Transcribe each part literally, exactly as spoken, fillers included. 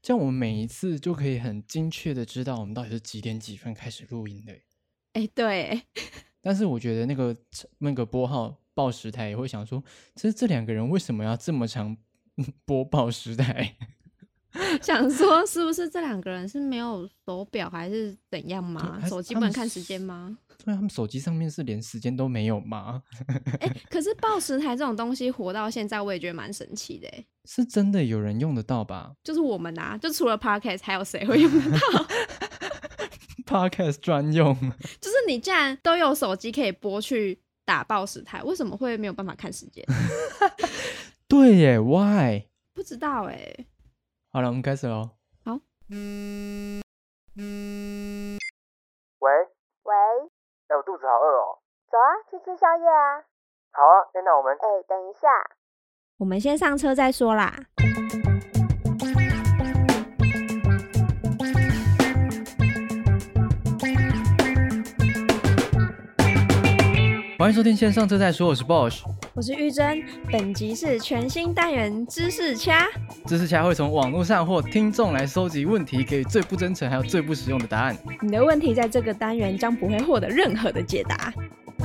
这样我们每一次就可以很精确的知道我们到底是几点几分开始录音的。 哎、欸，对。 但是我觉得那个那个拨号报时台也会想说，这这两个人为什么要这么长播报时台？ 想说是不是这两个人是没有手表还是怎样吗？手机不能看时间吗？ 对，他们手机上面是连时间都没有吗？ 哎、欸，可是报时台这种东西活到现在，我也觉得蛮神奇的。哎， 是真的有人用得到吧？ 就是我们啊，就除了 Podcast 还有谁会用得到 ？Podcast 专用， 就是你既然都有手机可以播去打报时台，为什么会没有办法看时间？ 对耶 ，Why？ 不知道哎。 好了，我们开始咯。 好。 喂喂，哎、欸，我肚子好饿哦。 走啊，去吃宵夜啊。 好啊，欸、那我们…… 哎、欸，等一下， 我们先上车再说啦。 欢迎收听线上车再说，我是 Bosch， 我是玉珍。本集是全新单元知识掐， 知识掐会从网络上或听众来收集问题，给予最不真诚还有最不实用的答案。 你的问题在这个单元将不会获得任何的解答。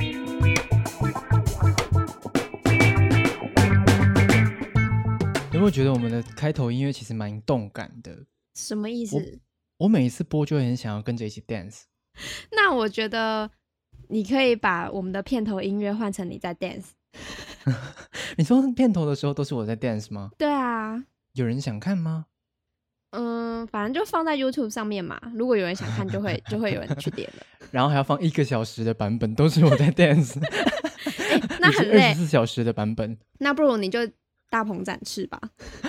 有没有觉得我们的开头音乐其实蛮动感的？ 什么意思？ 我, 我每一次播就会很想要跟着一起 dance。 那我觉得你可以把我们的片头音乐换成你在 dance。 你说片头的时候都是我在 dance 吗？ 对啊。 有人想看吗？ 嗯，反正就放在 YouTube 上面嘛，如果有人想看就会就会有人去点了。 然后还要放一个小时的版本都是我在 dance。 欸，那很累。 二十四小时的版本。 那不如你就大鹏展翅吧。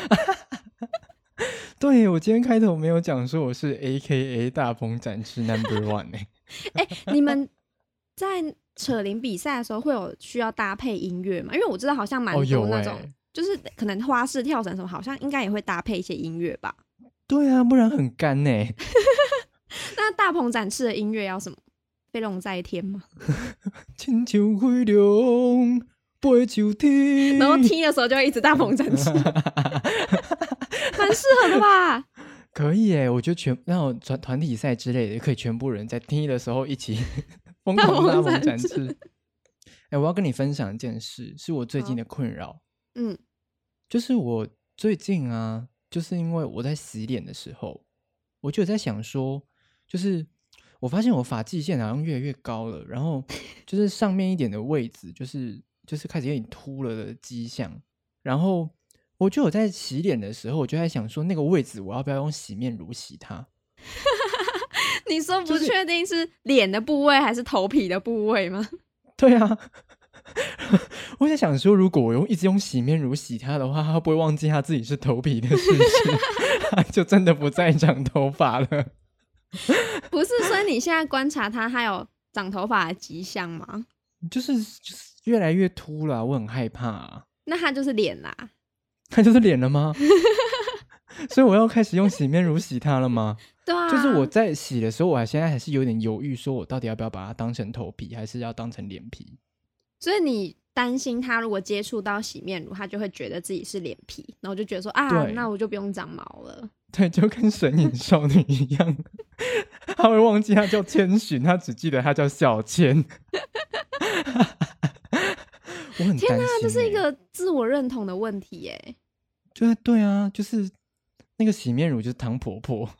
对，我今天开头没有讲说我是 A K A 大鹏展翅 number one 哎、 欸欸。你们在扯铃比赛的时候会有需要搭配音乐吗？因为我知道好像蛮多那种、哦欸、就是可能花式跳绳什么好像应该也会搭配一些音乐吧。 对啊，不然很干欸。 那大鹏展翅的音乐要什么？飞龙在天吗？ 亲像飞龙飞上天， 然后踢的时候就会一直大鹏展翅。蛮适合的吧？ 可以耶，我觉得全那种团团体赛之类的，可以全部人在踢的时候一起疯狂大鹏展翅。哎、欸，我要跟你分享一件事，是我最近的困扰。 嗯， 就是我最近啊，就是因为我在洗脸的时候，我就在想说，就是我发现我发际线好像越来越高了，然后就是上面一点的位置，就是就是开始有点秃了的迹象，然后。我就有在洗脸的时候，我就在想说，那个位置我要不要用洗面乳洗它？ 你说不确定是脸的部位还是头皮的部位吗？ 对啊，我在想说，如果我用一直用洗面乳洗它的话，它会不会忘记它自己是头皮的事情？它就真的不再长头发了。 不是，所以你现在观察它，它有长头发的迹象吗？ 就是就是越来越秃了、啊，我很害怕、啊。 那它就是脸啦。 它就是脸了吗？所以我要开始用洗面乳洗它了吗？ 对啊， 就是我在洗的时候，我还现在还是有点犹豫，说我到底要不要把它当成头皮，还是要当成脸皮。 所以你担心它如果接触到洗面乳，它就会觉得自己是脸皮，然后就觉得说啊，那我就不用长毛了。 对，就跟神隐少女一样，他会忘记他叫千寻，他只记得他叫小千。我很担心、欸、天哪， 这是一个自我认同的问题耶。 对对啊，就是那个洗面乳就是唐婆婆。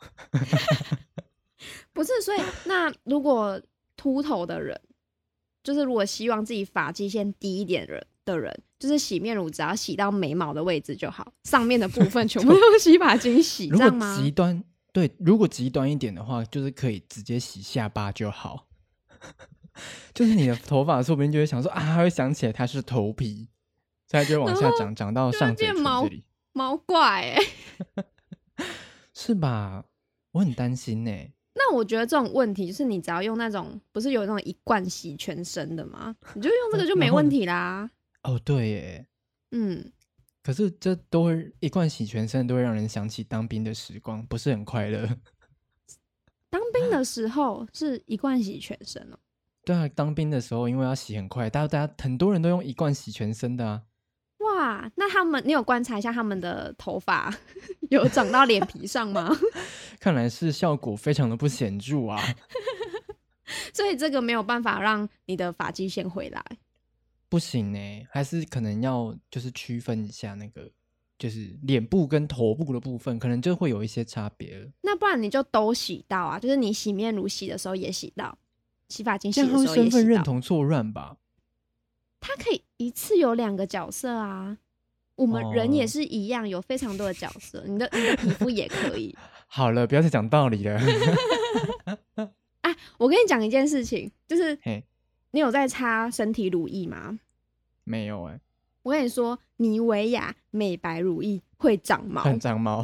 不是，所以那如果秃头的人，就是如果希望自己发际线低一点的人，就是洗面乳只要洗到眉毛的位置就好，上面的部分全部用洗发精洗，这样吗？ 如果极端对，如果极端一点的话，就是可以直接洗下巴就好。就是你的头发说不定就会想说啊，他会想起来它是头皮，所以它就会往下长，长到上嘴唇这里。 毛怪哎、 欸，是吧？我很担心哎、欸。 那我觉得这种问题就是你只要用那种不是有那种一罐洗全身的吗？你就用这个就没问题啦。 哦，对耶。 嗯。 可是这都会一罐洗全身，都会让人想起当兵的时光，不是很快乐。 当兵的时候是一罐洗全身哦。 对啊，当兵的时候因为要洗很快，大家大家很多人都用一罐洗全身的啊。 哇， 哇，那他们你有观察一下他们的头发有长到脸皮上吗？ 看来是效果非常的不显著啊。 所以这个没有办法让你的发际线回来。 不行欸，还是可能要就是区分一下那个就是脸部跟头部的部分，可能就会有一些差别了。 那不然你就都洗到啊，就是你洗面乳洗的时候也洗到，洗发精洗这样会身的时候也洗到。 份认同错乱吧？ 它可以一次有两个角色啊，我们人也哦是一样，有非常多的角色，你的你的皮肤也可以。 好了，不要再讲道理了。 哎、我跟你讲一件事情，就是嘿， 你有在擦身体乳液吗？ 没有哎、 我跟你说，妮维雅美白乳液会长毛。 很长毛。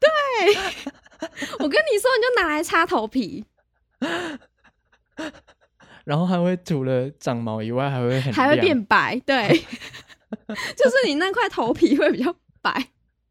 我跟你说，你就拿来擦头皮， 然后还会除了长毛以外，还会很还会亮变白。对，就是你那块头皮会比较白。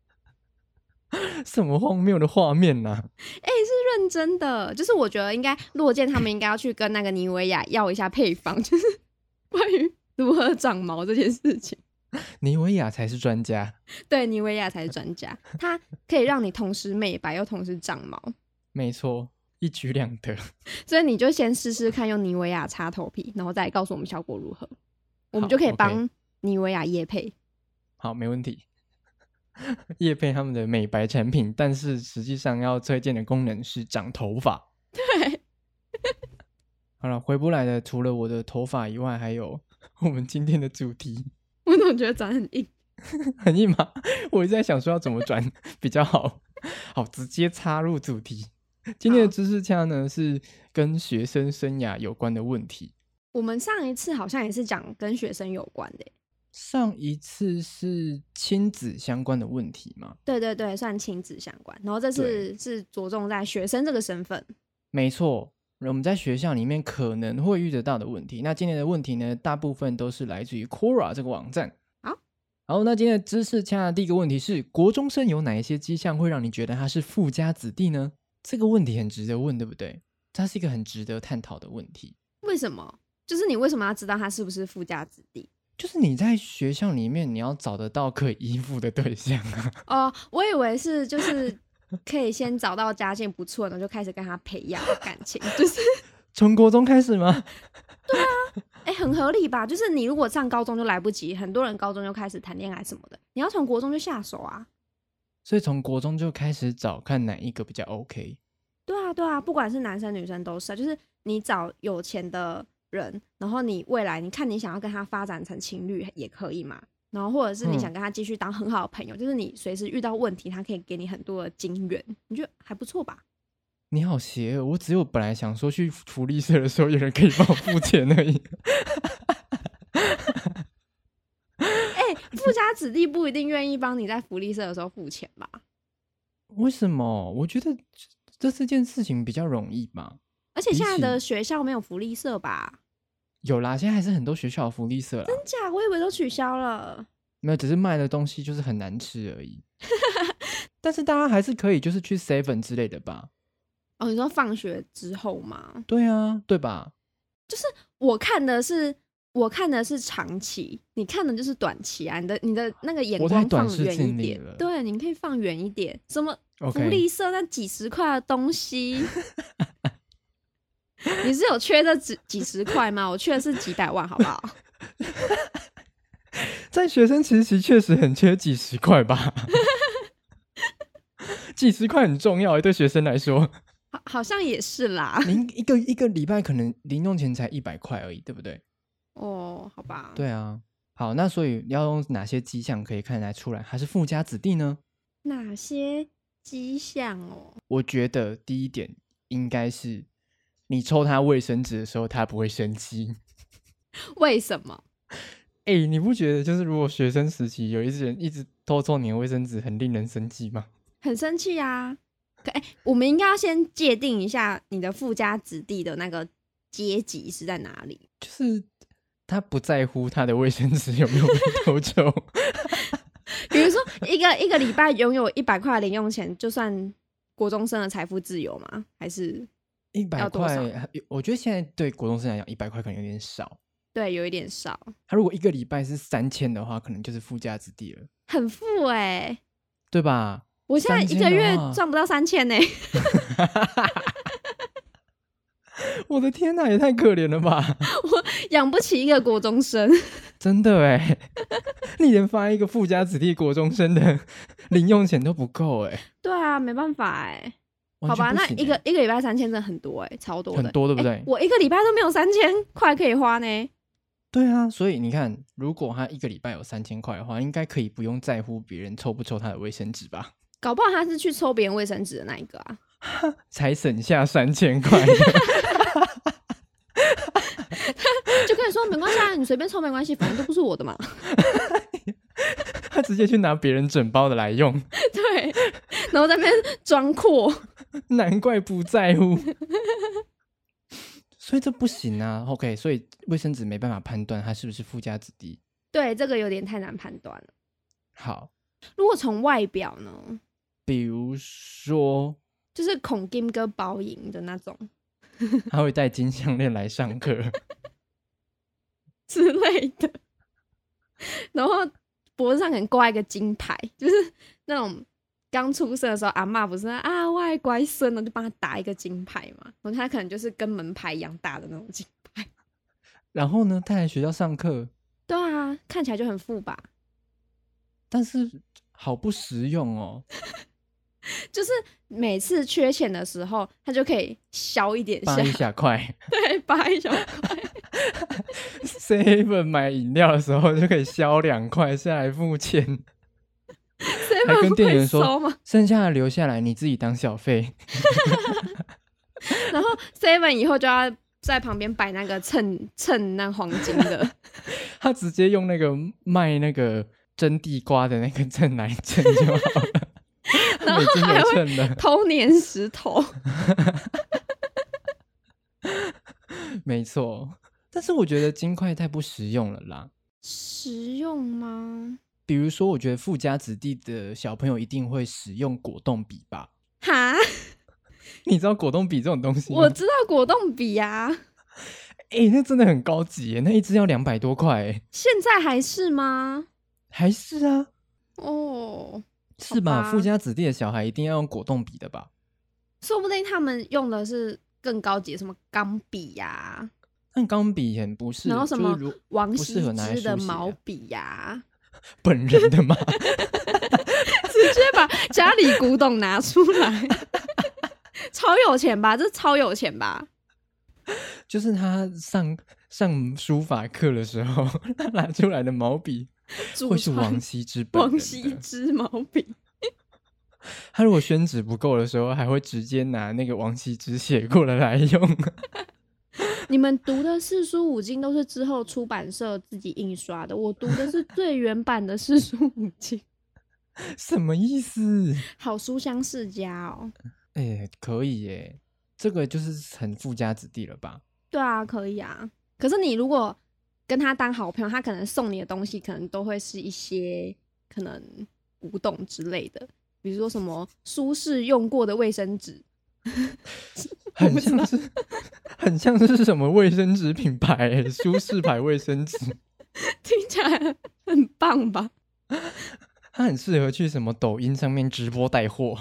什么荒谬的画面呐、啊！ 哎、是认真的，就是我觉得应该落健他们应该要去跟那个妮维雅要一下配方，就是关于如何长毛这件事情。 妮维雅才是专家。 对，妮维雅才是专家，它可以让你同时美白又同时长毛， 没错，一举两得。 所以你就先试试看用妮维雅擦头皮，然后再来告诉我们效果如何，我们好就可以 OK 帮妮维雅业配。 好，没问题。业配他们的美白产品，但是实际上要推荐的功能是长头发。 对， 好了，回不来的除了我的头发以外，还有我们今天的主题。 我总觉得长很硬。 很硬吗？我一直在想说要怎么转比较好。好，直接插入主题。今天的知识掐呢是跟学生生涯有关的问题。 我们上一次好像也是讲跟学生有关的耶。 上一次是亲子相关的问题嘛？ 对对对，算亲子相关。然后这次是着重在学生这个身份。 没错，我们在学校里面可能会遇得到的问题。那今天的问题呢，大部分都是来自于 Quora 这个网站。 好， 好，那今天的知识掐的第一个问题是：国中生有哪一些迹象会让你觉得他是富家子弟呢？这个问题很值得问，对不对？它是一个很值得探讨的问题。 为什么？就是你为什么要知道他是不是富家子弟？ 就是你在学校里面，你要找得到可以依附的对象啊。 哦，我以为是就是可以先找到家境不错，然后就开始跟他培养感情，就是从国中开始吗？ 对啊，哎、欸，很合理吧？就是你如果上高中就来不及，很多人高中就开始谈恋爱什么的，你要从国中就下手啊。 所以从国中就开始找，看哪一个比较 OK。 对啊，对啊，不管是男生女生都是，就是你找有钱的人，然后你未来你看你想要跟他发展成情侣也可以嘛，然后或者是你想跟他继续当很好的朋友，嗯、就是你随时遇到问题，他可以给你很多的金援，你觉得还不错吧？ 你好邪恶！我只有本来想说去福利社的时候有人可以帮我付钱而已。 哎、欸，富家子弟不一定愿意帮你在福利社的时候付钱吧？ 为什么？我觉得这这件事情比较容易吧。 而且现在的学校没有福利社吧？ 有啦，现在还是很多学校有福利社啦。 真假？我以为都取消了。 没有，只是卖的东西就是很难吃而已。但是大家还是可以就是去 seven 之类的吧。 哦，你说放学之后吗？ 对啊，对吧？ 就是我看的是我看的是长期，你看的就是短期啊。你的你的那个眼光放远一点，对，你可以放远一点。什么福利社那几十块的东西，你是有缺这几几十块吗？我缺的是几百万，好不好？ 在学生时期确实很缺几十块吧。几十块很重要，对学生来说。 好, 好像也是啦。 您一个一个礼拜可能零用钱才一百块而已，对不对？ 哦，好吧。 对啊，好，那所以要用哪些迹象可以看得出来他是富家子弟呢？ 哪些迹象哦？ 我觉得第一点应该是你抽他卫生纸的时候，他不会生气。 为什么？ 哎、欸，你不觉得就是如果学生时期有一些人一直偷抽你的卫生纸，很令人生气吗？ 很生气啊！哎、欸，我们应该要先界定一下你的富家子弟的那个阶级是在哪里。 就是他不在乎他的卫生纸有没有被偷抽。 比如说，一个一个礼拜拥有一百块零用钱，就算国中生的财富自由吗？还是一百块？我觉得现在对国中生来讲，一百块可能有点少。 对，有一点少。 他如果一个礼拜是三千的话，可能就是富家子弟了， 很富哎、欸， 对吧？ 我现在一个月赚不到三千呢。 我的天哪，也太可怜了吧！ 我养不起一个国中生， 真的哎，你连发一个富家子弟国中生的零用钱都不够哎。 对啊，没办法哎。好吧， 完全不行欸那一个一个礼拜三千真的很多哎，超多的， 很多对不对？ 欸我一个礼拜都没有三千块可以花呢。 对啊，所以你看，如果他一个礼拜有三千块的话，应该可以不用在乎别人抽不抽他的卫生纸吧？ 搞不好他是去抽别人卫生纸的那一个啊， 才省下三千块。 就跟你说没关系啊，你随便抽没关系，反正都不是我的嘛。 他直接去拿别人整包的来用， 对，然后在那边装阔， 难怪不在乎。所以这不行啊 ，OK， 所以卫生纸没办法判断他是不是富家子弟。 对，这个有点太难判断了。 好， 如果从外表呢， 比如说就是孔金哥包银的那种他会带金项链来上课之类的，然后脖子上可能挂一个金牌，就是那种刚出生的时候，阿嬷不是啊，我的乖孙呢，就帮他打一个金牌嘛，然后他可能就是跟门牌一样大的那种金牌。 然后呢，他来学校上课， 对啊，看起来就很富吧？ 但是好不实用哦。 就是每次缺钱的时候，他就可以消一点下， 扒一小块。 对，扒一小块。 seven 买饮料的时候就可以消两块下来付钱。还跟店员说剩下的留下来你自己当小费。 然后 seven 以后就要在旁边摆那个称称那黄金的。 他直接用那个卖那个蒸地瓜的那个秤来称就好了。 然后还会偷粘石头。 没错，但是我觉得金块太不实用了啦。 实用吗？ 比如说我觉得富家子弟的小朋友一定会使用果冻笔吧。 哈？ 你知道果冻笔这种东西吗？ 我知道果冻笔啊。 哎、欸，那真的很高级耶，那一支要两百多块耶。 现在还是吗？ 还是啊。 哦， 是吧？富家子弟的小孩一定要用果冻笔的吧？ 说不定他们用的是更高级的什么钢笔呀、啊， 但钢笔很不适合， 然后什么王羲之的毛啊笔呀、啊， 本人的吗？ 直接把家里古董拿出来，超有钱吧？这超有钱吧？ 就是他上上书法课的时候，他拿出来的毛笔会是王羲之本人的。 王羲之毛笔。 他如果宣纸不够的时候，还会直接拿那个王羲之写过的来用。 你们读的四书五经都是之后出版社自己印刷的，我读的是最原版的四书五经。 什么意思？ 好书香世家哦。 哎、欸，可以耶，这个就是很富家子弟了吧？ 对啊，可以啊。可是你如果跟他当好朋友，他可能送你的东西可能都会是一些可能古董之类的，比如说什么舒适用过的卫生纸。 很像是很像是什么卫生纸品牌，舒适牌卫生纸。 听起来很棒吧？ 它很适合去什么抖音上面直播带货。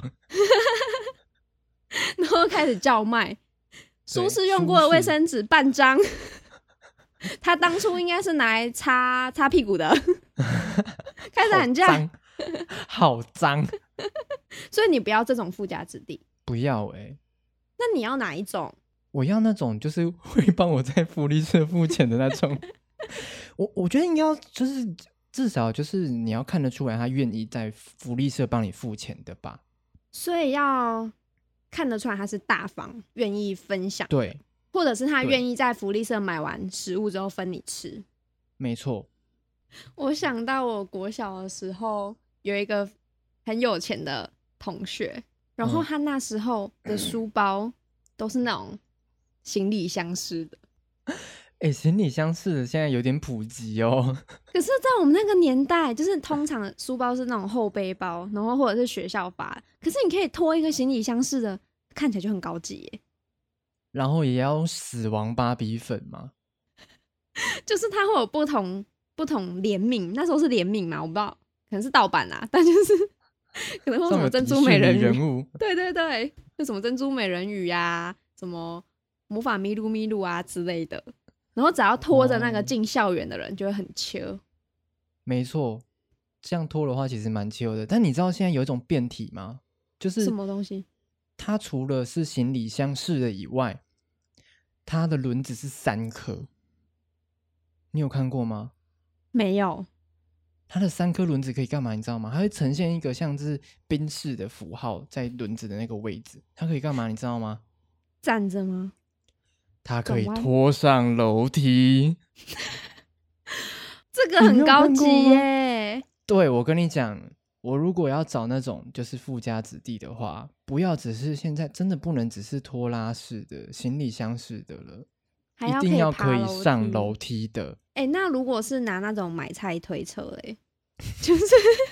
然后开始叫卖舒适用过的卫生纸半张。他当初应该是拿来擦擦屁股的。开始喊价， 好脏。 所以你不要这种富家子弟。 不要哎、欸。 那你要哪一种？ 我要那种就是会帮我在福利社付钱的那种。我我觉得应该要就是至少就是你要看得出来他愿意在福利社帮你付钱的吧。 所以要看得出来他是大方愿意分享， 对， 或者是他愿意在福利社买完食物之后分你吃。 没错。 我想到我国小的时候有一个很有钱的同学，然后他那时候的书包都是那种行李箱式的。 哎、欸，行李箱式的现在有点普及哦。 可是在我们那个年代，就是通常书包是那种后背包，然后或者是学校发，可是你可以拖一个行李箱式的，看起来就很高级耶。 然后也要死亡芭比粉吗？ 就是它会有不同不同联名，那时候是联名嘛，我不知道，可能是盗版啦，但就是可能会有什么珍珠美人鱼人物， 对对对，就什么珍珠美人鱼呀、啊，什么魔法咪路咪路啊之类的，然后只要拖着那个进校园的人就会很秋。 没错，这样拖的话其实蛮秋的。但你知道现在有一种变体吗？就是什么东西？ 它除了是行李箱式的以外，它的轮子是三颗。你有看过吗？ 没有。 它的三颗轮子可以干嘛？你知道吗？它会呈现一个像是宾士的符号在轮子的那个位置。它可以干嘛？你知道吗？ 站着吗？ 它可以拖上楼梯。 这个很高级耶。 对，我跟你讲，我如果要找那种就是富家子弟的话，不要只是现在真的不能只是拖拉式的行李箱式的了， 还要一定要可可以以上楼梯的。 哎、欸，那如果是拿那种买菜推车嘞，就是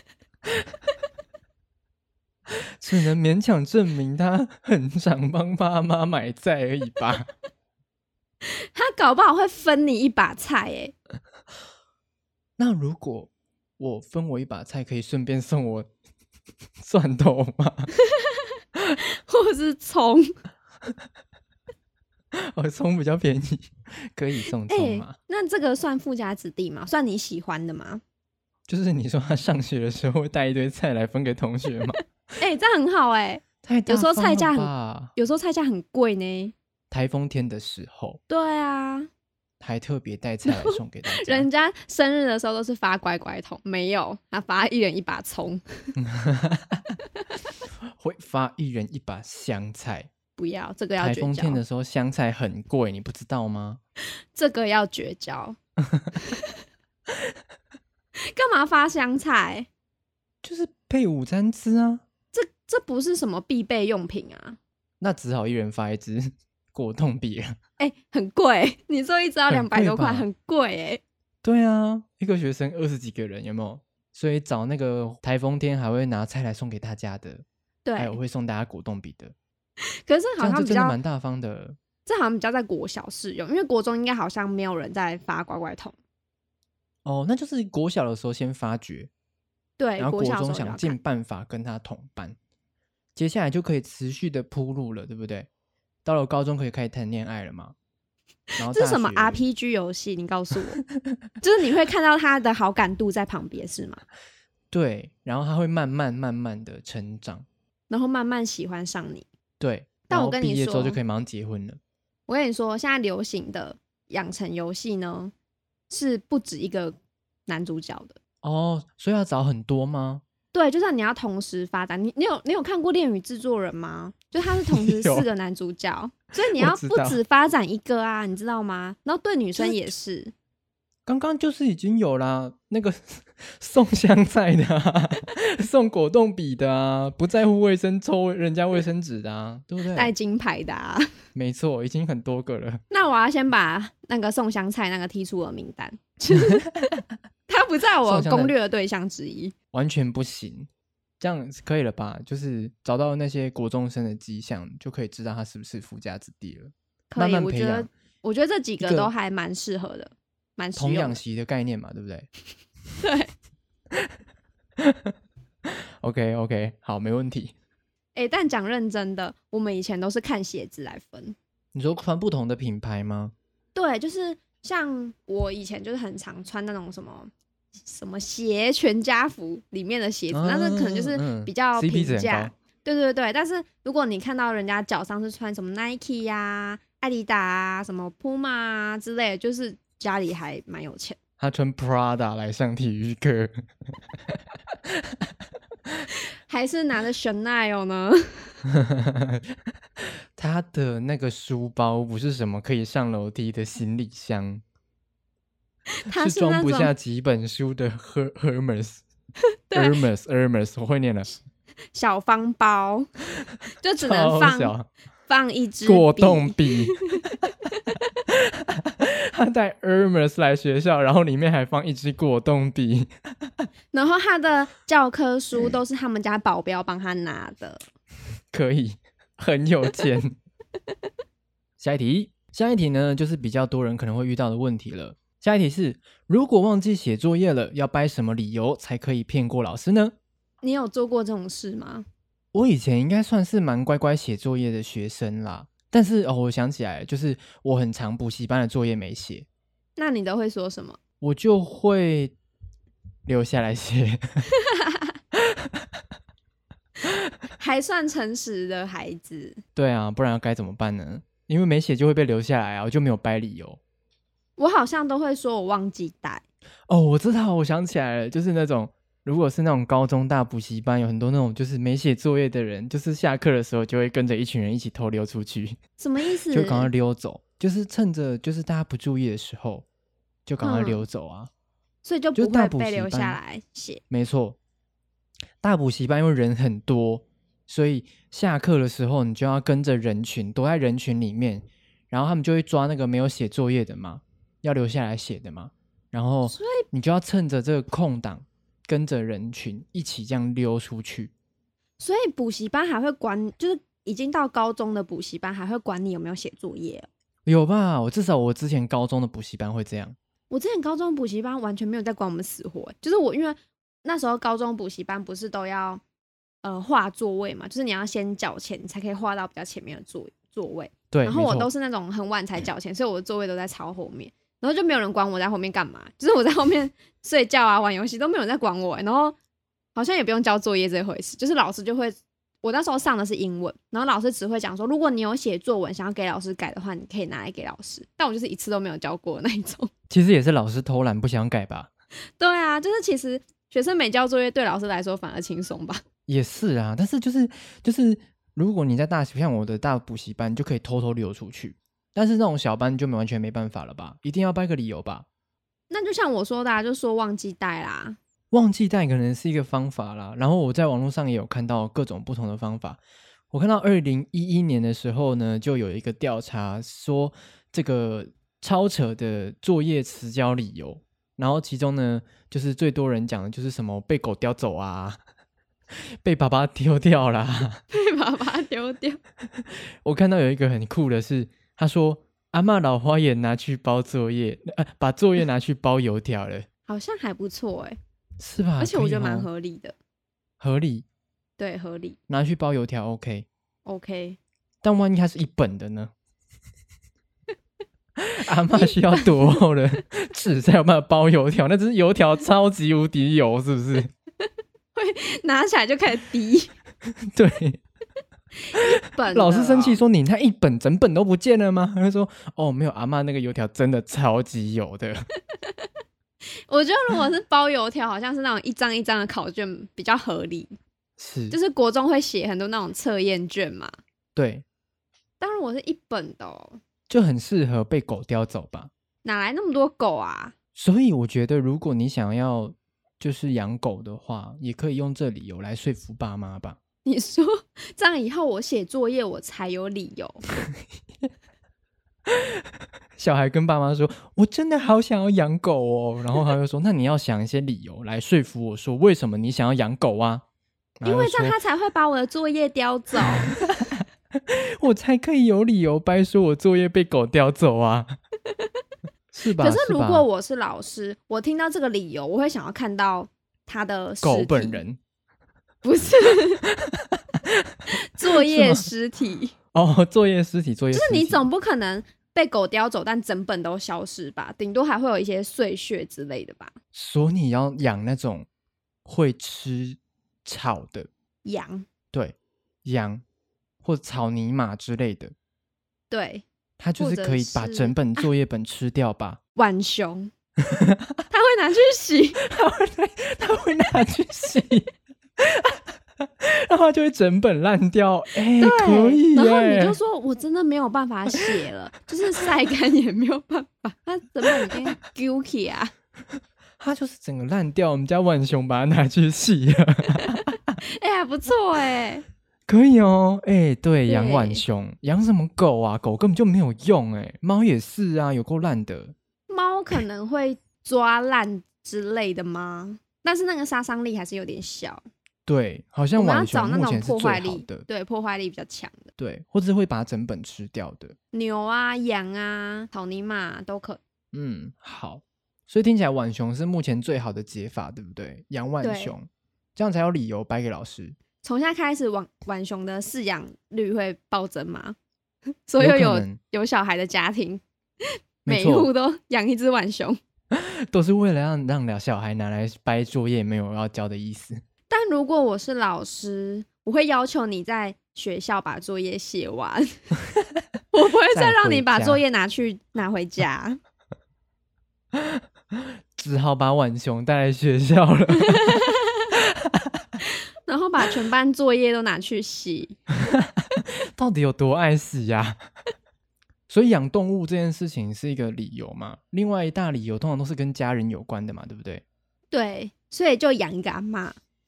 只能勉强证明他很常帮爸妈买菜而已吧。 他搞不好会分你一把菜哎。 那如果我分我一把菜，可以顺便送我蒜头吗？ 或是葱？ 哦，葱比较便宜，可以送葱吗、 欸？那这个算富家子弟吗？算你喜欢的吗？ 就是你说他上学的时候会带一堆菜来分给同学吗？ 哎、欸，这样很好哎、欸。 太大有时候菜价很， 有时候菜价很贵呢。 台风天的时候， 对啊， 还特别带菜来送给大家。 人家生日的时候都是发乖乖桶，没有，他发一人一把葱， 会发一人一把香菜。 不要，这个要绝交。 台风天的时候香菜很贵，你不知道吗？ 这个要绝交。干嘛发香菜？ 就是配午餐吃啊。 这这不是什么必备用品啊。 那只好一人发一支果冻笔了。 哎、欸，很贵，你说一支要两百多块，很贵哎、欸。 对啊，一个学生二十几个人，有没有？所以找那个台风天还会拿菜来送给大家的， 对， 还有会送大家果冻笔的。 可是好像比较蛮大方的， 这好像比较在国小适用，因为国中应该好像没有人在发乖乖桶。 哦，那就是国小的时候先发掘， 对， 然后国中想尽办法跟他同班，接下来就可以持续的铺路了，对不对？到了高中可以开始谈恋爱了嘛？然后这是什么 R P G 游戏？你告诉我，就是你会看到他的好感度在旁边是吗？ 对，然后他会慢慢慢慢的成长， 然后慢慢喜欢上你。 对， 但我跟你说， 毕业之后就可以马上结婚了。 我跟你说，现在流行的养成游戏呢，是不止一个男主角的哦，所以要找很多吗？ 对，就是你要同时发展。你你有你有看过《恋与制作人》吗？就他是同时四个男主角，所以你要不止发展一个啊，你知道吗？然后对女生也是。就是刚刚就是已经有啦，那个送香菜的啊，送果冻笔的啊，不在乎卫生抽人家卫生纸的啊，对不对？ 带金牌的啊， 没错，已经很多个了。 那我要先把那个送香菜那个踢出我的名单，他不在我攻略的对象之一， 完全不行。这样可以了吧？就是找到那些国中生的迹象，就可以知道他是不是富家子弟了。 可以， 慢慢培养， 我觉得我觉得这几个都还蛮适合的。 童养媳的概念嘛，对不对？ 对。 OK OK， 好，没问题。 哎、欸，但讲认真的，我们以前都是看鞋子来分。 你说穿不同的品牌吗？ 对，就是像我以前就是很常穿那种什么什么鞋全家福里面的鞋子，那、啊、是可能就是比较平价。嗯、对对对，但是如果你看到人家脚上是穿什么 Nike 呀、啊、艾迪达啊、什么 Puma 啊之类的，就是家里还蛮有钱。 他穿 Prada 来上体育课， 还是拿着 Chanel 呢？ 他的那个书包不是什么可以上楼梯的行李箱， 是装不下几本书的 Her Hermes Hermes Hermes， 我会念了。 小方包就只能放放一支果冻笔。他带 Hermes 来学校，然后里面还放一支果冻笔。 然后他的教科书都是他们家保镖帮他拿的。 可以，很有钱。下一题，下一题呢，就是比较多人可能会遇到的问题了。 下一题是，如果忘记写作业了，要掰什么理由才可以骗过老师呢？ 你有做过这种事吗？ 我以前应该算是蛮乖乖写作业的学生啦，但是哦，我想起来，就是我很常补习班的作业没写， 那你都会说什么？ 我就会留下来写。 还算诚实的孩子。 对啊，不然该怎么办呢？因为没写就会被留下来啊，我就没有掰理由。 我好像都会说我忘记带。 哦，我知道，我想起来了，就是那种如果是那种高中大补习班，有很多那种就是没写作业的人，就是下课的时候就会跟着一群人一起偷溜出去。 什么意思？ 就赶快溜走，就是趁着就是大家不注意的时候就赶快溜走啊、嗯、 所以就不会被留下来写。 没错，大补习班因为人很多，所以下课的时候你就要跟着人群，躲在人群里面，然后他们就会抓那个没有写作业的嘛，要留下来写的嘛，然后你就要趁着这个空档跟着人群一起这样溜出去。 所以补习班还会管，就是已经到高中的补习班还会管你有没有写作业、哦、 有吧，我至少我之前高中的补习班会这样。 我之前高中补习班完全没有在管我们死活，就是我因为那时候高中补习班不是都要呃画座位嘛，就是你要先缴钱你才可以画到比较前面的座座位。 对， 然后我都是那种很晚才缴钱，所以我的座位都在超后面，然后就没有人管我在后面干嘛，就是我在后面睡觉啊玩游戏都没有人在管我，然后好像也不用交作业这回事，就是老师就会，我那时候上的是英文，然后老师只会讲说如果你有写作文想要给老师改的话你可以拿来给老师，但我就是一次都没有交过的那一种。 其实也是老师偷懒不想改吧。 对啊，就是其实学生没交作业对老师来说反而轻松吧。 也是啊，但是就是就是如果你在大像我的大补习班就可以偷偷溜出去，但是那种小班就完全没办法了吧，一定要掰个理由吧。 那就像我说的啊，就说忘记带啦， 忘记带可能是一个方法啦，然后我在网络上也有看到各种不同的方法。我看到二零一一年的时候呢，就有一个调查说这个超扯的作业迟交理由，然后其中呢就是最多人讲的就是什么被狗叼走啊，被爸爸丢掉啦， 被爸爸丢掉。 我看到有一个很酷的是，他说阿嬷老花眼拿去包作业、呃、把作业拿去包油条了。 好像还不错哎， 是吧？ 而且我觉得蛮合理的。 合理， 对，合理。 拿去包油条 OK OK， 但万一它是一本的呢？阿嬷需要多厚的纸才有办法包油条？那只是油条超级无敌油，是不是？ 会拿起来就开始滴。 对， 本老师生气说：“你那一本整本都不见了吗？”他就说：“哦，没有，阿嬷那个油条真的超级油的。” 我觉得如果是包油条，好像是那种一张一张的考卷比较合理。 是， 就是国中会写很多那种测验卷嘛。 对。 但如果是一本的、哦， 就很适合被狗叼走吧？ 哪来那么多狗啊？ 所以我觉得，如果你想要就是养狗的话，也可以用这理由来说服爸妈吧。 你说这样以后我写作业我才有理由。 小孩跟爸妈说：“我真的好想要养狗哦。”然后他就说：“那你要想一些理由来说服我说，为什么你想要养狗啊？” 因为这样他才会把我的作业叼走。 我才可以有理由掰说我作业被狗叼走啊。是吧？ 可是如果我是老师，我听到这个理由，我会想要看到他的尸体。 狗本人不是作业尸体哦，作业尸体，作业尸体就是你总不可能被狗叼走，但整本都消失吧？顶多还会有一些碎屑之类的吧。 所以你要养那种会吃草的羊， 对，羊或草泥马之类的， 对， 它就是可以把整本作业本吃掉吧？ 浣熊，他会拿去洗， 他会他会拿去洗。然后它就会整本烂掉。哎、欸，可以耶。 然后你就说我真的没有办法写了，就是晒干也没有办法，它整本已经丢起啊。 它就是整个烂掉，我们家浣熊把它拿去洗了。 哎、欸，还不错哎， 可以哦。哎、欸，对，养浣熊，养什么狗啊？狗根本就没有用哎，猫也是啊，有够烂的。 猫可能会抓烂之类的吗？但是那个杀伤力还是有点小。 对，好像浣熊目前是最好的， 对，破坏力比较强的， 对，或者会把它整本吃掉的。 牛啊、羊啊、草泥马都可以。 嗯，好， 所以听起来浣熊是目前最好的解法，对不对？养浣熊，这样才有理由掰给老师。 从现在开始，浣浣熊的饲养率会暴增吗？所有有有小孩的家庭，每一户都养一只浣熊， 都是为了让让小孩拿来掰作业，没有要教的意思。 但如果我是老师，我会要求你在学校把作业写完，我不会再让你把作业拿去拿回家。 只好把浣熊带来学校了。 然后把全班作业都拿去洗。 到底有多爱洗呀？所以养动物这件事情是一个理由嘛，另外一大理由通常都是跟家人有关的嘛，对不对？ 对，所以就养一个阿嬷。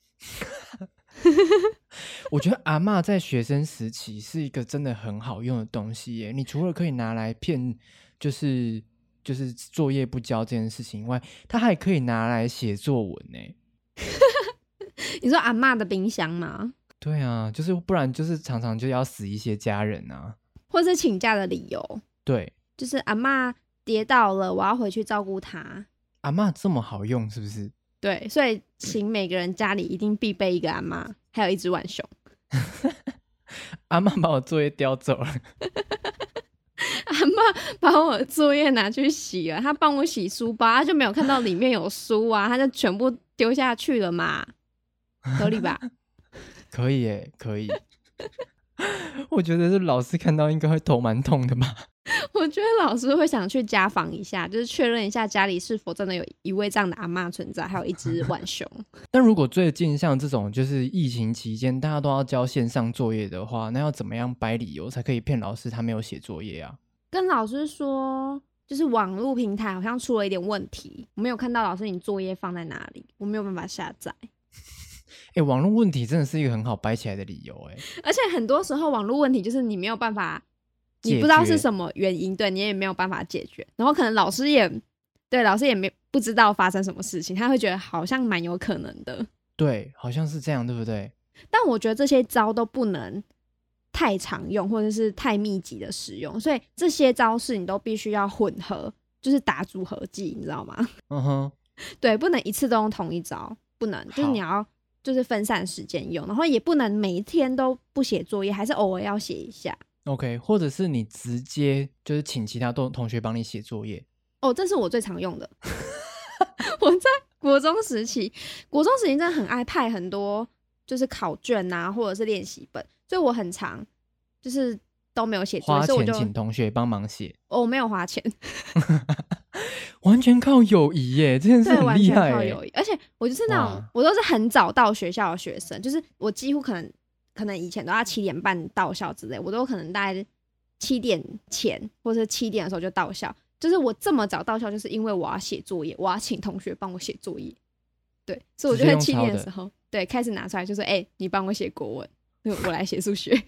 我觉得阿嬷在学生时期是一个真的很好用的东西耶，你除了可以拿来骗就是就是作业不交这件事情以外，它还可以拿来写作文耶。 你说阿嬷的冰箱吗？ 对啊，就是不然就是常常就要死一些家人啊， 或是请假的理由。对，就是阿嬷跌倒了，我要回去照顾她。 阿嬷这么好用是不是？ 对，所以请每个人家里一定必备一个阿嬷，还有一只浣熊。 阿嬷把我作业叼走了。 阿嬷把我作业拿去洗了，她帮我洗书包，她就没有看到里面有书啊，她就全部丢下去了嘛，合理吧？ 可以耶，可以。我觉得这老师看到应该会头蛮痛的吧。 我觉得老师会想去家访一下，就是确认一下家里是否真的有一位这样的阿嬷存在，还有一只浣熊。 但如果最近像这种就是疫情期间大家都要交线上作业的话，那要怎么样掰理由才可以骗老师他没有写作业啊？ 跟老师说就是网络平台好像出了一点问题，我没有看到老师你作业放在哪里，我没有办法下载。 欸，网络问题真的是一个很好掰起来的理由欸。 而且很多时候网络问题就是你没有办法，你不知道是什么原因，对，你也没有办法解决，然后可能老师也对老师也没不知道发生什么事情，他会觉得好像蛮有可能的。 对，好像是这样，对不对？ 但我觉得这些招都不能太常用或者是太密集的使用，所以这些招式你都必须要混合，就是打组合技，你知道吗？ 嗯哼， 对，不能一次都用同一招，不能，就是你要就是分散时间用，然后也不能每一天都不写作业，还是偶尔要写一下。 OK， 或者是你直接就是请其他同学帮你写作业。 哦，这是我最常用的。我在国中时期，国中时期真的很爱派很多就是考卷啊，或者是练习本，所以我很常就是都没有写作业， 花所以我就钱请同学帮忙写。 哦，我没有花钱。 完全靠友谊耶，这件事很厉害耶。 对，完全靠友谊。而且我就是那种，我都是很早到学校的学生，就是我几乎可能可能以前都要七点半到校之类，我都可能大概七点前或者七点的时候就到校。就是我这么早到校，就是因为我要写作业，我要请同学帮我写作业。对，所以我就在七点的时候，对，开始拿出来，就是哎、欸，你帮我写国文，我来写数学。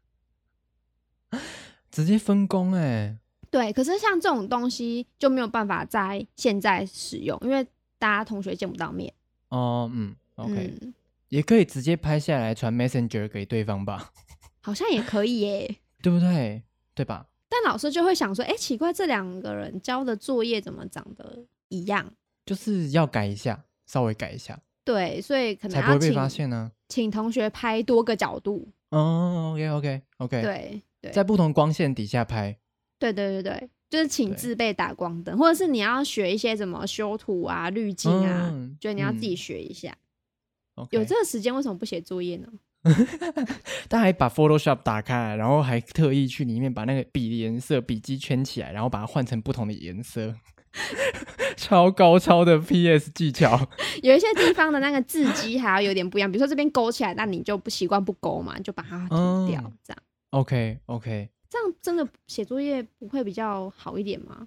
直接分工哎。 对，可是像这种东西就没有办法在现在使用，因为大家同学见不到面。 哦，嗯 ，OK，、 嗯、 也可以直接拍下来传 Messenger 给对方吧？ 好像也可以耶， 对不对？对吧？ 但老师就会想说，哎，奇怪，这两个人交的作业怎么长得一样？ 就是要改一下，稍微改一下。 对，所以可能要才不会被发现呢、啊。 请同学拍多个角度。 哦 ，OK，OK，OK，、okay, okay, okay. 对对， 在不同光线底下拍。对对对对，就是请自备打光灯，或者是你要学一些什么修图啊、滤镜啊，嗯、觉得你要自己学一下。嗯、有这个时间为什么不写作业呢？ 他还把 Photoshop 打开来，然后还特意去里面把那个笔的颜色、笔记圈起来，然后把它换成不同的颜色，超高超的 P S 技巧。 有一些地方的那个字迹还要有点不一样，比如说这边勾起来，那你就不习惯不勾嘛，你就把它涂掉，嗯、这样。 OK OK， 这样真的写作业不会比较好一点吗？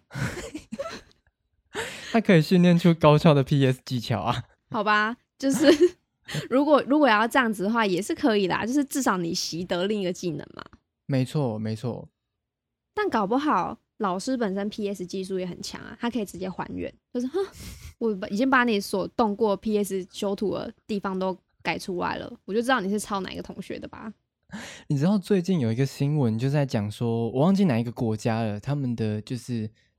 它可以训练出高超的 P S 技巧啊。 好吧，就是。如果如果要这样子的话也是可以啦，就是至少你习得另一个技能嘛。 没错没错， 但搞不好老师本身 P S 技术也很强啊，他可以直接还原，就是我已经把你所动过 P S 修图的地方都改出来了，我就知道你是抄哪一个同学的吧。 你知道最近有一个新闻就在讲说，我忘记哪一个国家了，他们的就是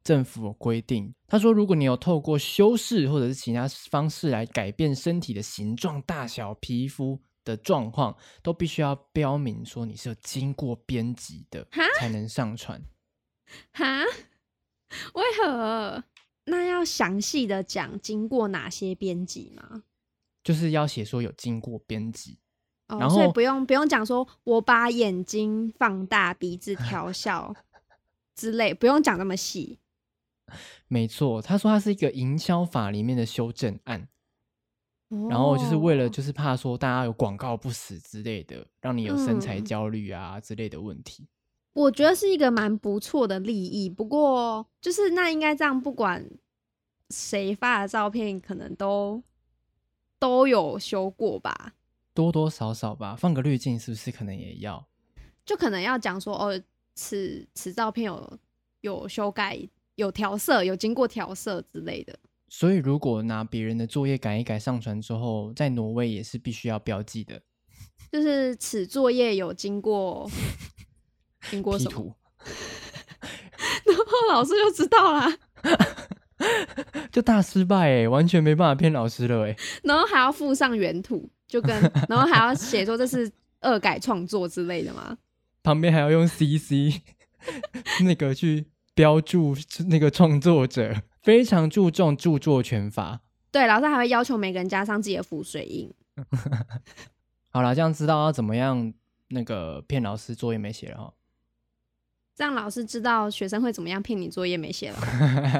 政府有规定，他说如果你有透过修饰或者是其他方式来改变身体的形状、大小、皮肤的状况，都必须要标明说你是有经过编辑的才能上传。 哈？为何？那要详细的讲经过哪些编辑吗？ 就是要写说有经过编辑。 哦， 然后所以不用不用讲说我把眼睛放大、鼻子调小之类，不用讲那么细。 没错，他说它是一个营销法里面的修正案， 哦、 然后就是为了就是怕说大家有广告不实之类的，让你有身材嗯焦虑啊、之类的问题。 我觉得是一个蛮不错的利益，不过就是那应该这样，不管谁发的照片，可能都都有修过吧。 多多少少吧，放个滤镜是不是可能也要？ 就可能要讲说，哦，此此照片有有修改、有调色、有经过调色之类的。 所以如果拿别人的作业改一改上传之后，在挪威也是必须要标记的。 就是此作业有经过经过 P 什么， 图然后老师就知道啦， 就大失败哎，完全没办法骗老师了哎。 然后还要附上原图，就跟然后还要写说这是恶改创作之类的嘛。 旁边还要用 C C 那个去标注那个创作者，非常注重著作权法。 对，老师还会要求每个人加上自己的浮水印。 好啦，这样知道要怎么样那个骗老师作业没写了齁。 这样老师知道学生会怎么样骗你作业没写了。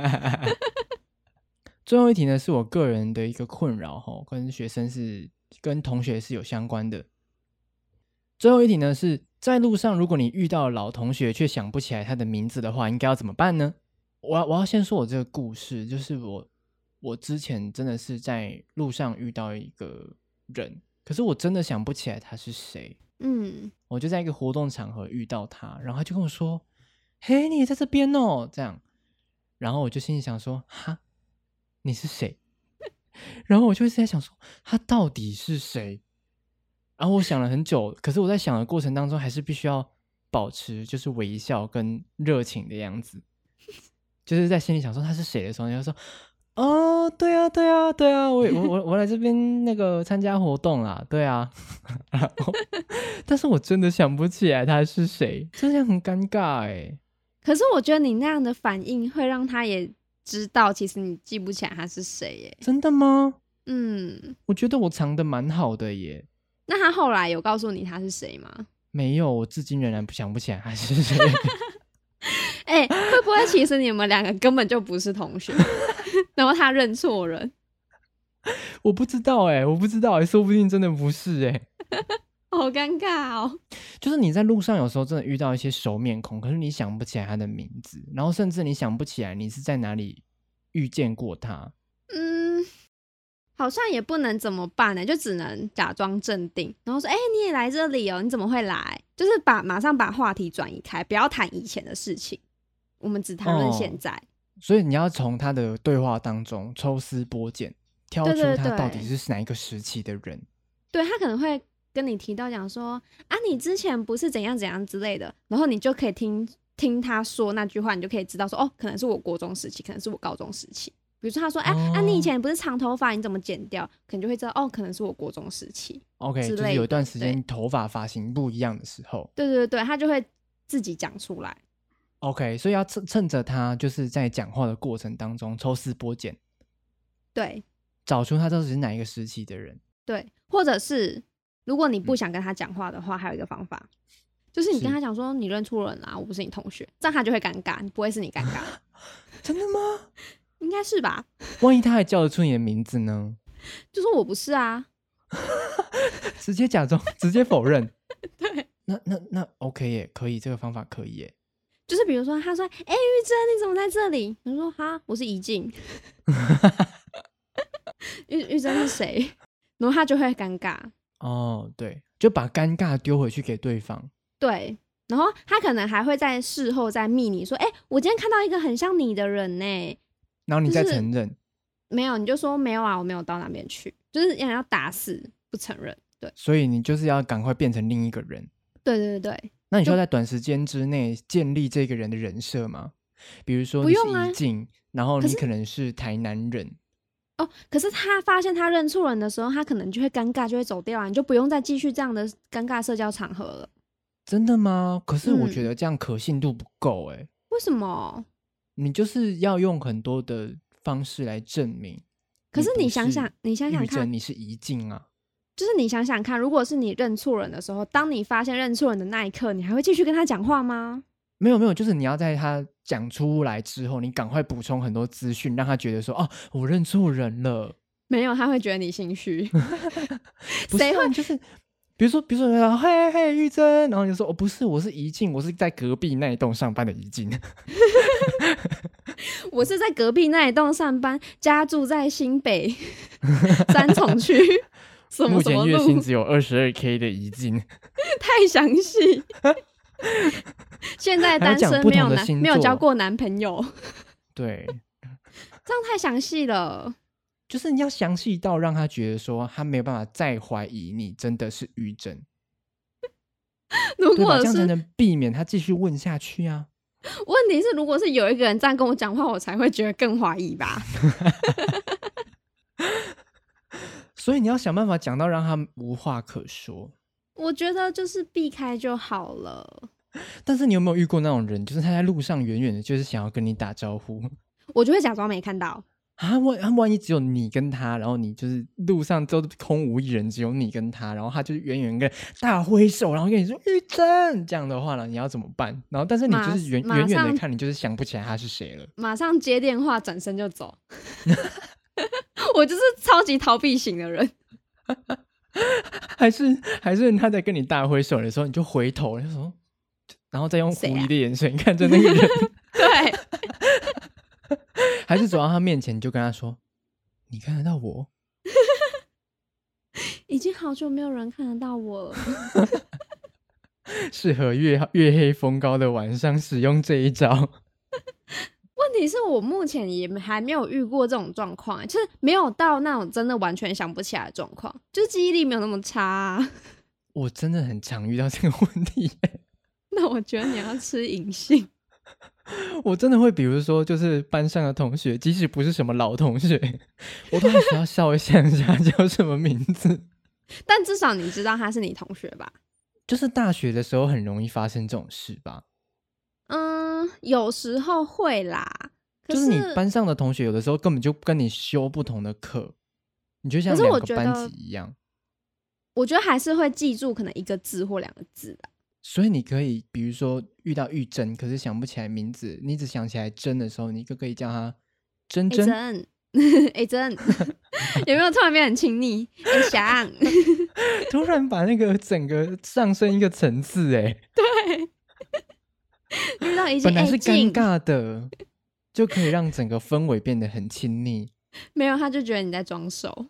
最后一题呢，是我个人的一个困扰齁，跟学生是跟同学是有相关的。最后一题呢，是在路上如果你遇到老同学却想不起来他的名字的话，应该要怎么办呢？我要我要先说我这个故事，就是我我之前真的是在路上遇到一个人，可是我真的想不起来他是谁。 嗯， 我就在一个活动场合遇到他，然后他就跟我说：“嘿，你也在这边哦。”这样，然后我就心里想说：“哈，你是谁？”然后我就一直在想说，他到底是谁？然后我想了很久，可是我在想的过程当中，还是必须要保持就是微笑跟热情的样子，就是在心里想说他是谁的时候，你就说：“哦，对啊，对啊，对啊，我我我我来这边那个参加活动啦，对啊。”然后，但是我真的想不起来他是谁，这样很尴尬哎。 可是我觉得你那样的反应会让他也知道，其实你记不起来他是谁耶。 真的吗？ 嗯， 我觉得我藏得蛮好的耶。 那他后来有告诉你他是谁吗？ 没有，我至今仍然不想不起来他是谁。 哎、欸，会不会其实你们两个根本就不是同学，然后他认错人？ 我不知道哎，我不知道哎，说不定真的不是哎。 好尴尬哦。 就是你在路上有时候真的遇到一些熟面孔，可是你想不起来他的名字，然后甚至你想不起来你是在哪里遇见过他。 嗯，好像也不能怎么办呢，就只能假装镇定，然后说：“哎、欸，你也来这里哦？你怎么会来？”就是把马上把话题转移开，不要谈以前的事情，我们只谈论现在。哦， 所以你要从他的对话当中抽丝剥茧，挑出他到底是哪一个时期的人。对对对， 对，他可能会跟你提到讲说：“啊，你之前不是怎样怎样之类的。”然后你就可以听听他说那句话，你就可以知道说：“哦，可能是我国中时期，可能是我高中时期。”比如说他说：“哎、哦啊，你以前不是长头发，你怎么剪掉？”可能就会知道哦，可能是我国中时期。 OK， 就是有一段时间头发发型不一样的时候。 对对对，他就会自己讲出来。 OK， 所以要趁趁着他就是在讲话的过程当中抽丝剥茧， 对， 找出他到底是哪一个时期的人。 对，或者是如果你不想跟他讲话的话，嗯、还有一个方法，就是你跟他讲说你认错人啦、啊，我不是你同学，这样他就会尴尬，不会是你尴尬。 真的吗？ 应该是吧。 万一他还叫得出你的名字呢？ 就说我不是啊。 直接假装，直接否认。 对， 那那那 OK 耶，可以，这个方法可以耶。 就是比如说，他说：“哎、欸，玉珍，你怎么在这里？”我说：“哈，我是怡静。”玉玉珍是谁？然后他就会尴尬。 哦，对，就把尴尬丢回去给对方。 对，然后他可能还会在事后再密你说：“哎、欸，我今天看到一个很像你的人呢。” 然后你再承认、就是、 没有，你就说没有啊，我没有到那边去，就是要要打死不承认。对， 所以你就是要赶快变成另一个人。 对对对对。 那你需要在短时间之内建立这个人的人设吗？ 比如说你是不用啊宜静，然后可是你可能是台南人。 哦，可是他发现他认错人的时候，他可能就会尴尬，就会走掉啊，你就不用再继续这样的尴尬社交场合了。 真的吗？可是我觉嗯得这样可信度不够哎、 为什么？ 你就是要用很多的方式来证明。 可是不你想想，你想想玉看， 珍你是宜静啊。 就是你想想看，如果是你认错人的时候，当你发现认错人的那一刻，你还会继续跟他讲话吗？ 没有没有，就是你要在他讲出来之后，你赶快补充很多资讯，让他觉得说哦，我认错人了。 没有，他会觉得你心虚。 不是、啊， 谁会就是比如说，比如说，说嘿嘿，玉珍，然后你就说哦，不是，我是宜静，我是在隔壁那一栋上班的宜静。 我是在隔壁那一栋上班，家住在新北三重区，什么目前月什么路， 薪只有二十二 K 的宜静。 太详细。现在单身，没有男，没有交过男朋友。 对， 这样太详细了。 就是你要详细到让他觉得说他没有办法再怀疑你真的是玉珍， 如对吧？ 果是这样才能避免他继续问下去啊。 问题是，如果是有一个人这样跟我讲话，我才会觉得更怀疑吧。 所以你要想办法讲到让他无话可说。 我觉得就是避开就好了。 但是你有没有遇过那种人，就是他在路上远远的，就是想要跟你打招呼我就会假装没看到。 啊？万啊万一只有你跟他，然后你就是路上都空无一人，只有你跟他，然后他就远远跟大挥手，然后跟你说玉珍，这样的话呢，你要怎么办？然后但是你就是远远远的看，你就是想不起来他是谁了， 马上接电话，转身就走。我就是超级逃避型的人。 还是还是他在跟你大挥手的时候，你就回头，就说，然后再用狐疑的眼神看着那个人。 对。 还是走到他面前，你就跟他说：“你看得到我？” 已经好久没有人看得到我了。 适合月月黑风高的晚上使用这一招。 问题是我目前也还没有遇过这种状况，就是没有到那种真的完全想不起来的状况，就是记忆力没有那么差啊。 我真的很常遇到这个问题耶。 那我觉得你要吃银杏。 我真的会，比如说，就是班上的同学，即使不是什么老同学，我都还是要稍微想一下叫什么名字。 但至少你知道他是你同学吧？ 就是大学的时候很容易发生这种事吧？ 嗯，有时候会啦。可就是你班上的同学有的时候根本就跟你修不同的课，你就像两个班级一样。 我觉得还是会记住可能一个字或两个字的。 所以你可以比如说遇到玉珍，可是想不起来名字，你只想起来珍的时候，你就可以叫她珍珍。 哎珍，有没有突然变很亲昵？哎翔， 突然把那个整个上升一个层次，哎， 对，遇到一件本来是尴尬的，就可以让整个氛围变得很亲密。 没有，他就觉得你在装熟。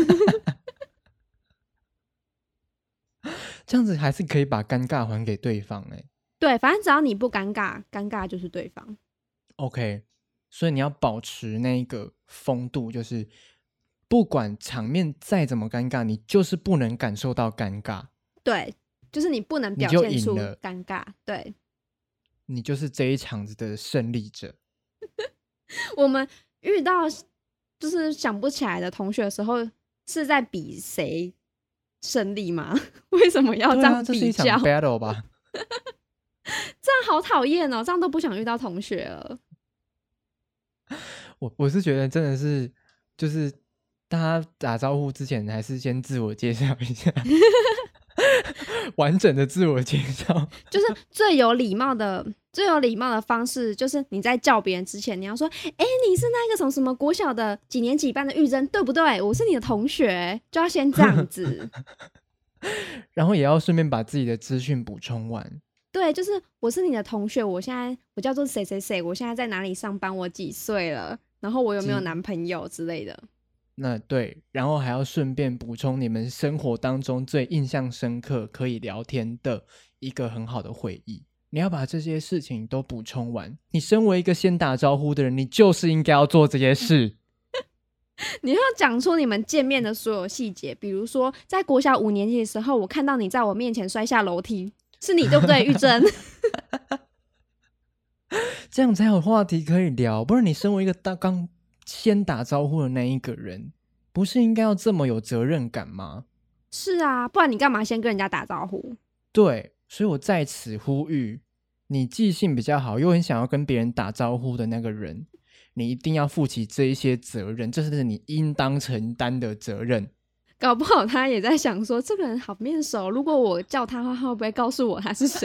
这样子还是可以把尴尬还给对方哎。 对，反正只要你不尴尬，尴尬就是对方。 OK， 所以你要保持那个风度，就是不管场面再怎么尴尬，你就是不能感受到尴尬。 对，就是你不能表现出尴尬。对， 你就是这一场子的胜利者。 我们遇到就是想不起来的同学的时候，是在比谁胜利吗？为什么要这样比较？ 对啊，这是一场 battle 吧。 这样好讨厌哦，这样都不想遇到同学了。 我我是觉得真的是，就是大家打招呼之前，还是先自我介绍一下，完整的自我介绍， 就是最有礼貌的、最有礼貌的方式，就是你在叫别人之前，你要说：“哎、欸，你是那个什么什么国小的几年几班的玉珍，对不对？我是你的同学。”就要先这样子， 然后也要顺便把自己的资讯补充完。 对，就是我是你的同学，我现在我叫做谁谁谁，我现在在哪里上班，我几岁了，然后我有没有男朋友之类的。 那对，然后还要顺便补充你们生活当中最印象深刻可以聊天的一个很好的回忆。你要把这些事情都补充完。你身为一个先打招呼的人，你就是应该要做这些事。 你要讲出你们见面的所有细节，比如说在国小五年级的时候，我看到你在我面前摔下楼梯，是你对不对，玉珍？ 这样才有话题可以聊。不然你身为一个大刚先打招呼的那一个人，不是应该要这么有责任感吗？ 是啊，不然你干嘛先跟人家打招呼？ 对，所以我在此呼吁，你记性比较好又很想要跟别人打招呼的那个人，你一定要负起这一些责任，这是你应当承担的责任。 搞不好他也在想说，这个人好面熟，如果我叫他的话，他会不会告诉我他是谁？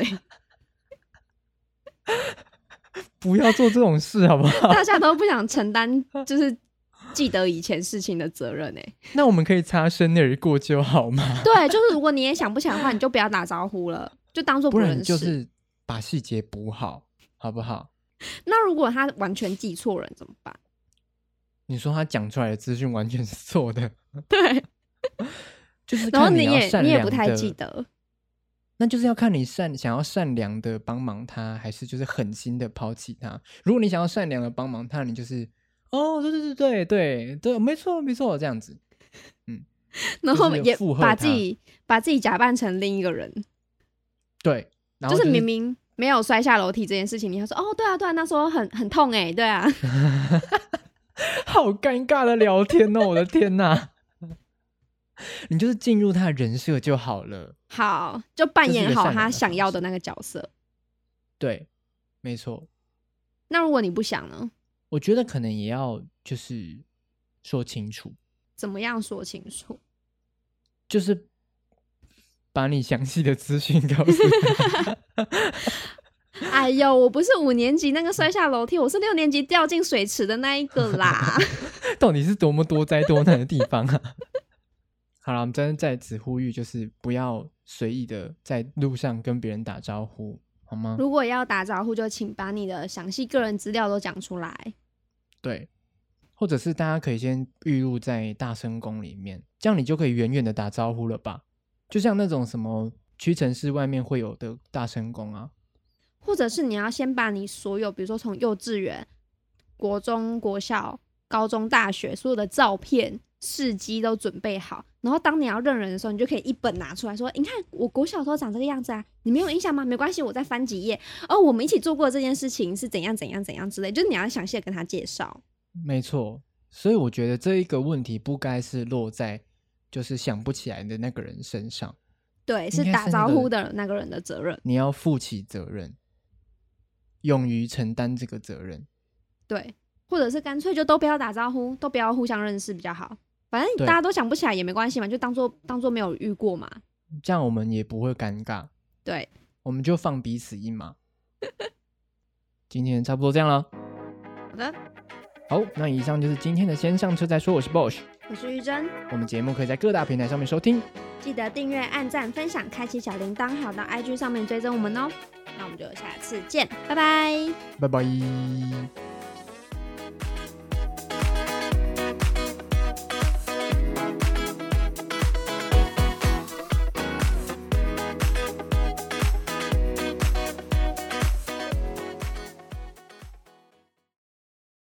不要做这种事好不好？ 大家都不想承担就是记得以前事情的责任欸。 那我们可以擦身而过就好吗？ 对，就是如果你也想不起来的话，你就不要打招呼了，就当做不认识。 然就是把细节补好，好不好？ 那如果他完全记错人怎么办？ 你说他讲出来的资讯完全是错的， 对， 就是然后你看要善也你也不良的太记得， 那就是要看你善想要善良的帮忙他，还是就是狠心的抛弃他。如果你想要善良的帮忙他，你就是哦，对对对对对对，没错没错，这样子，嗯， 然后也就是附和他把自己把自己假扮成另一个人， 对，然后就是明明没有摔下楼梯这件事情，你还说哦，对啊对啊，那时候很很痛哎、欸，对啊， 好尴尬的聊天哦，我的天哪！你就是进入他的人设就好了。 好，就扮演好这是一个善良的他想要方式的那个角色。 对，没错。 那如果你不想呢？ 我觉得可能也要就是说清楚， 怎么样说清楚？ 就是把你详细的资讯告诉他。 哎呦，我不是五年级那个摔下楼梯，我是六年级掉进水池的那一个啦。 到底是多么多灾多难的地方啊！好了，我们真的在此呼吁，就是不要随意的在路上跟别人打招呼，好吗？ 如果要打招呼，就请把你的详细个人资料都讲出来。 对，或者是大家可以先预录在大声公里面，这样你就可以远远的打招呼了吧？就像那种什么屈臣氏外面会有的大声公啊。 或者是你要先把你所有，比如说从幼稚园、国中、国小、高中、大学所有的照片、事迹都准备好，然后当你要认人的时候，你就可以一本拿出来说：“你看，我国小的时候长这个样子啊，你没有印象吗？没关系，我再翻几页。哦，我们一起做过这件事情是怎样怎样怎样之类，就是你要详细的跟他介绍。” 没错，所以我觉得这一个问题不该是落在就是想不起来的那个人身上， 对，是应该是那个打招呼的那个人的责任。 你要负起责任，勇于承担这个责任。 对，或者是干脆就都不要打招呼，都不要互相认识比较好。反正对大家都想不起来也没关系嘛，就当做当做没有遇过嘛。 这样我们也不会尴尬， 对， 我们就放彼此一马。今天差不多这样了。 好的， 好，那以上就是今天的先上车再说，我是 Bosch， 我是玉珍， 我们节目可以在各大平台上面收听。 记得订阅、按赞、分享、开启小铃铛，还有到 I G 上面追踪我们哦。那我们就下次见，拜拜。 拜拜。